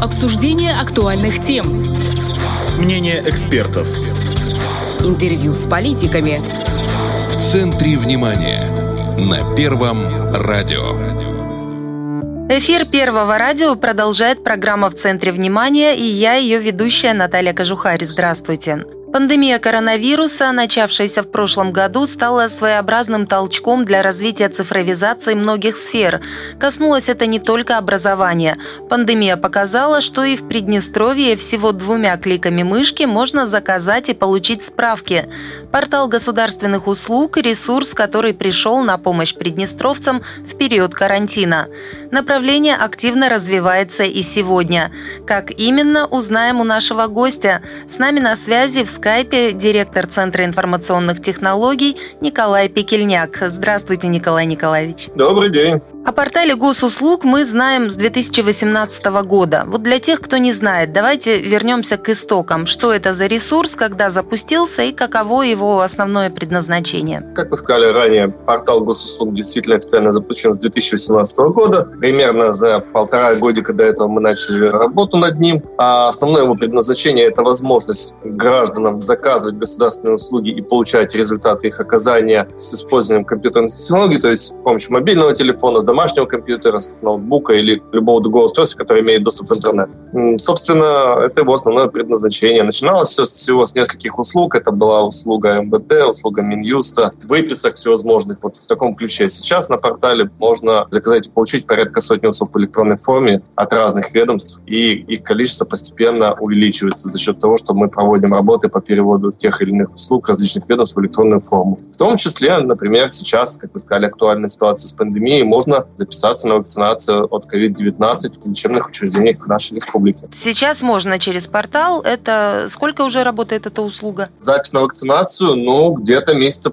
Обсуждение актуальных тем. Мнение экспертов. Интервью с политиками. В центре внимания. На Первом радио. Эфир Первого радио продолжает программа «В центре внимания», и я, ее ведущая Наталья Кожухарь. Здравствуйте. Пандемия коронавируса, начавшаяся в прошлом году, стала своеобразным толчком для развития цифровизации многих сфер. Коснулось это не только образования. Пандемия показала, что и в Приднестровье всего 2 кликами мышки можно заказать и получить справки. Портал государственных услуг – ресурс, который пришел на помощь приднестровцам в период карантина. Направление активно развивается и сегодня. Как именно, узнаем у нашего гостя. С нами на связи в скайпе директор Центра информационных технологий Николай Пекельняк. Здравствуйте, Николай Николаевич. Добрый день. О портале госуслуг мы знаем с 2018 года. Вот для тех, кто не знает, давайте вернемся к истокам. Что это за ресурс, когда запустился и каково его основное предназначение? Как вы сказали ранее, портал госуслуг действительно официально запущен с 2018 года. Примерно за 1,5 годика до этого мы начали работу над ним. А основное его предназначение – это возможность гражданам заказывать государственные услуги и получать результаты их оказания с использованием компьютерных технологий, то есть с помощью мобильного телефона, с домашнего компьютера, с ноутбука или любого другого устройства, которое имеет доступ в интернет. Собственно, это его основное предназначение. Начиналось все всего с нескольких услуг. Это была услуга МВД, услуга Минюста, выписок всевозможных вот в таком ключе. Сейчас на портале можно заказать и получить порядка 100 услуг в электронной форме от разных ведомств, и их количество постепенно увеличивается за счет того, что мы проводим работы по переводу тех или иных услуг различных ведомств в электронную форму. В том числе, например, сейчас, как вы сказали, актуальная ситуация с пандемией, можно записаться на вакцинацию от COVID-19 в лечебных учреждениях в нашей республике. Сейчас можно через портал. Это сколько уже работает эта услуга? Запись на вакцинацию, где-то месяца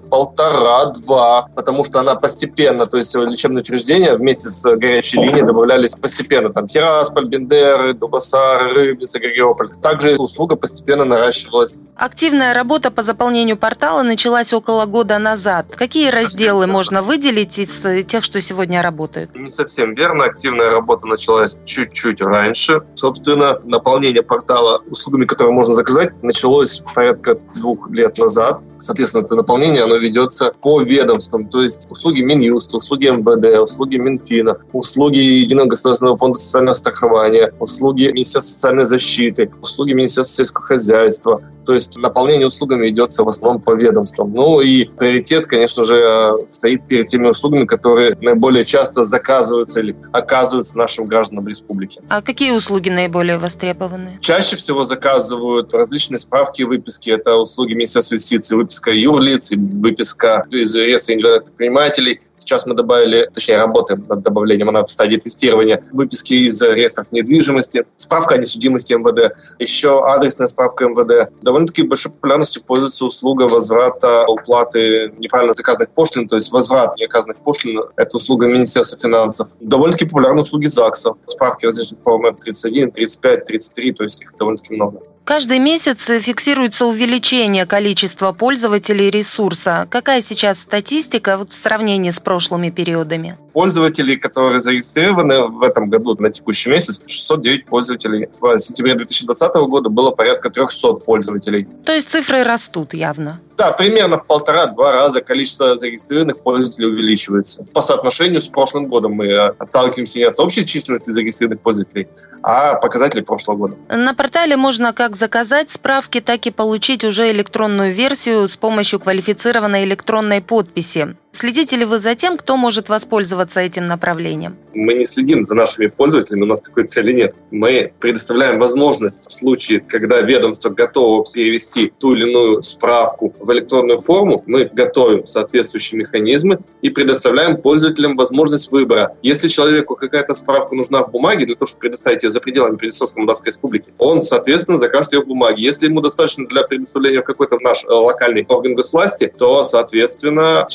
1,5-2, потому что она постепенно, то есть лечебные учреждения вместе с горячей линией добавлялись постепенно. Там Тирасполь, Бендеры, Дубасары, Рыбница, Григополь. Также услуга постепенно наращивалась. Активная работа по заполнению портала началась около года назад. Какие разделы можно выделить из тех, что сегодня работают? Не совсем верно. Активная работа началась чуть-чуть раньше. Собственно, наполнение портала услугами, которые можно заказать, началось порядка 2 лет назад. Соответственно, это наполнение, оно ведется по ведомствам, то есть услуги Минюста, услуги МВД, услуги Минфина, услуги Единого государственного фонда социального страхования, услуги Министерства социальной защиты, услуги Министерства сельского хозяйства. То есть наполнение услугами ведется в основном по ведомствам. И приоритет, конечно же, стоит перед теми услугами, которые наиболее часто заказываются или оказываются нашим гражданам республики. А какие услуги наиболее востребованы? Чаще всего заказывают различные справки и выписки. Это услуги Министерства юстиции, выписка юрлиц, выписка из реестра индивидуальных предпринимателей. Сейчас мы добавили, точнее, работаем над добавлением, она в стадии тестирования, выписки из реестров недвижимости, справка о несудимости МВД, еще адресная справка МВД. Довольно-таки большой популярностью пользуется услуга возврата уплаты неправильно заказанных пошлин, то есть возврат неоказанных пошлин. Это услуга Министерства финансов. Довольно-таки популярны услуги ЗАГСа. Справки различных форм F31, 35, 33, то есть их довольно-таки много. Каждый месяц фиксируется увеличение количества пользователей ресурса. Какая сейчас статистика в сравнении с прошлыми периодами? Пользователей, которые зарегистрированы в этом году на текущий месяц, 609 пользователей. В сентябре 2020 года было порядка 300 пользователей. То есть цифры растут явно? Да, примерно в 1,5-2 раза количество зарегистрированных пользователей увеличивается. По соотношению с прошлым годом мы отталкиваемся не от общей численности зарегистрированных пользователей, а показателей прошлого года. На портале можно как заказать справки, так и получить уже электронную версию с помощью квалифицированной электронной подписи. Следите ли вы за тем, кто может воспользоваться этим направлением? Мы не следим за нашими пользователями, у нас такой цели нет. Мы предоставляем возможность в случае, когда ведомство готово перевести ту или иную справку в электронную форму, мы готовим соответствующие механизмы и предоставляем пользователям возможность выбора. Если человеку какая-то справка нужна в бумаге для того, чтобы предоставить ее за пределами Приднестровской Молдавской Республики, он, соответственно, закажет ее в бумаге. Если ему достаточно для предоставления в какой-то наш локальный орган госвласти, то, соответственно, человек просто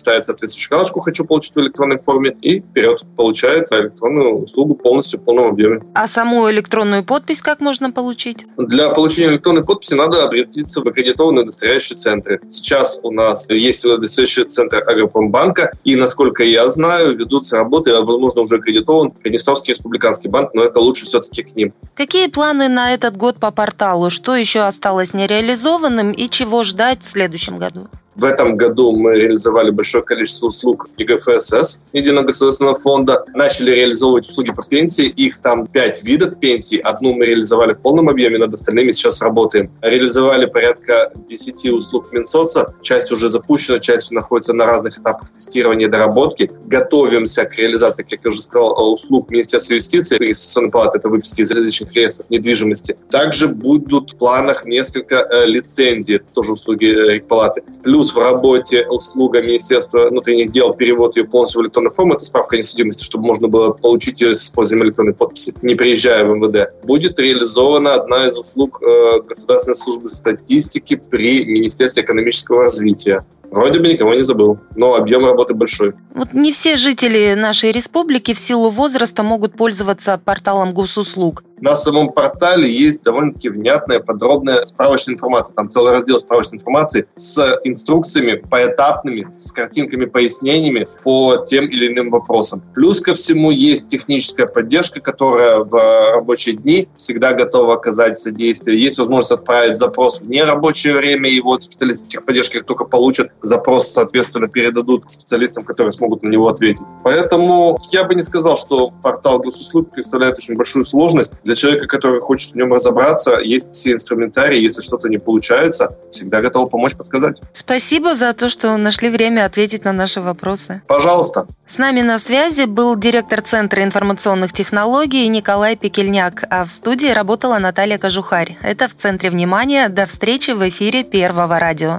ставит соответствующую галочку «Хочу получить в электронной форме» и вперед, получает электронную услугу полностью в полном объеме. А саму электронную подпись как можно получить? Для получения электронной подписи надо обратиться в аккредитованные удостоверяющие центры. Сейчас у нас есть удостоверяющий центр Агропромбанка, и, насколько я знаю, ведутся работы, возможно, уже аккредитован Приднестровский республиканский банк, но это лучше все-таки к ним. Какие планы на этот год по порталу? Что еще осталось нереализованным и чего ждать в следующем году? В этом году мы реализовали большое количество услуг ЕГФСС, Единого государственного фонда. Начали реализовывать услуги по пенсии. Их там 5 видов пенсий. Одну мы реализовали в полном объеме, над остальными сейчас работаем. Реализовали порядка 10 услуг Минсоца. Часть уже запущена, часть находится на разных этапах тестирования и доработки. Готовимся к реализации, как я уже сказал, услуг Министерства юстиции, регистрационной палаты, это выписки из различных реестров недвижимости. Также будут в планах несколько лицензий, тоже услуги палаты. Плюс в работе услуга Министерства внутренних дел, перевод ее полностью в электронную форму, это справка о несудимости, чтобы можно было получить ее с использованием электронной подписи, не приезжая в МВД. Будет реализована одна из услуг Государственной службы статистики при Министерстве экономического развития. Вроде бы никого не забыл, но объем работы большой. Вот не все жители нашей республики в силу возраста могут пользоваться порталом госуслуг. На самом портале есть довольно-таки внятная, подробная справочная информация. Там целый раздел справочной информации с инструкциями поэтапными, с картинками, пояснениями по тем или иным вопросам. Плюс ко всему есть техническая поддержка, которая в рабочие дни всегда готова оказать содействие. Есть возможность отправить запрос в нерабочее время, и вот специалисты техподдержки, как только получат запрос, соответственно, передадут к специалистам, которые смогут на него ответить. Поэтому я бы не сказал, что портал госуслуг представляет очень большую сложность. Для человека, который хочет в нем разобраться, есть все инструментарии. Если что-то не получается, всегда готов помочь, подсказать. Спасибо за то, что нашли время ответить на наши вопросы. Пожалуйста. С нами на связи был директор Центра информационных технологий Николай Пекельняк, а в студии работала Наталья Кожухарь. Это «В центре внимания». До встречи в эфире Первого радио.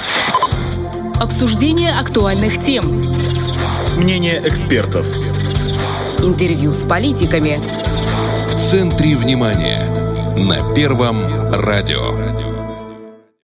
Обсуждение актуальных тем. Мнение экспертов. Интервью с политиками. В центре внимания. На Первом радио.